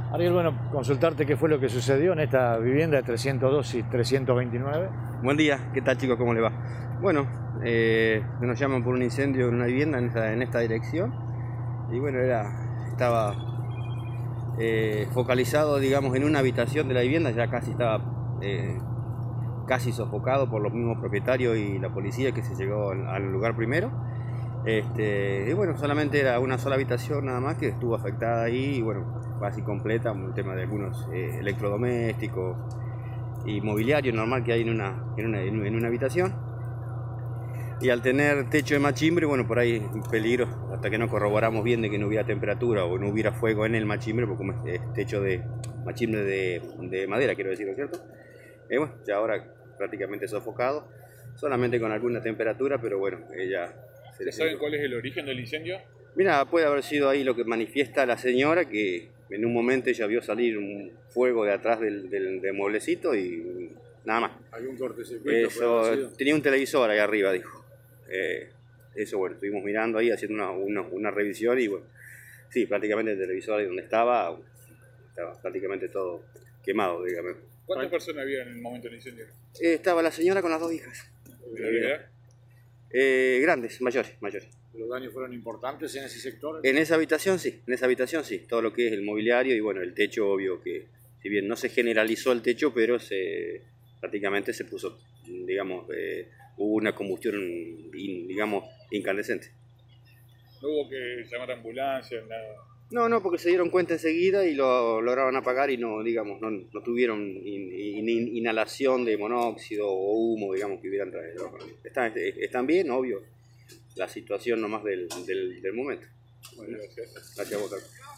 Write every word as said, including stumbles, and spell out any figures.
Ariel, bueno, consultarte qué fue lo que sucedió en esta vivienda de trescientos dos y trescientos veintinueve. Buen día, ¿qué tal chicos? ¿Cómo le va? Bueno, eh, nos llaman por un incendio en una vivienda en esta, en esta dirección y bueno, era, estaba eh, focalizado, digamos, en una habitación de la vivienda, ya casi estaba eh, casi sofocado por los mismos propietarios y la policía que se llegó al, al lugar primero. Este, y bueno, solamente era una sola habitación nada más que estuvo afectada ahí y bueno, casi completa, el tema de algunos eh, electrodomésticos y mobiliario normal que hay en una, en una, en una habitación. Y al tener techo de machimbre, bueno, por ahí peligro, hasta que no corroboramos bien de que no hubiera temperatura o no hubiera fuego en el machimbre, porque como es techo de machimbre de, de madera, quiero decir, ¿no es cierto? Y bueno, ya ahora prácticamente sofocado, solamente con alguna temperatura, pero bueno, ella... ¿Ya saben cuál es el origen del incendio? Mira, puede haber sido ahí lo que manifiesta la señora, que en un momento ella vio salir un fuego de atrás del, del, del mueblecito y nada más. Hay un cortocircuito. Eso, tenía un televisor ahí arriba, dijo. Eh, eso, bueno, estuvimos mirando ahí, haciendo una, una, una revisión y bueno, sí, prácticamente el televisor ahí donde estaba, estaba prácticamente todo quemado, digamos. ¿Cuántas personas había en el momento del incendio? Eh, estaba la señora con las dos hijas. ¿De la edad? Eh, grandes, mayores, mayores. ¿Los daños fueron importantes en ese sector? En esa habitación sí, en esa habitación sí, todo lo que es el mobiliario y bueno, el techo obvio que, si bien no se generalizó el techo, pero se prácticamente se puso, digamos, eh, hubo una combustión, in, digamos, incandescente. ¿No hubo que llamar a ambulancia, nada? No, no, porque se dieron cuenta enseguida y lo lograron apagar y no, digamos, no, no tuvieron in, in, inhalación de monóxido o humo, digamos, que hubieran traído. Están, están bien, obvio, la situación nomás del, del, del momento. Bueno, gracias. Gracias a vos, Carlos.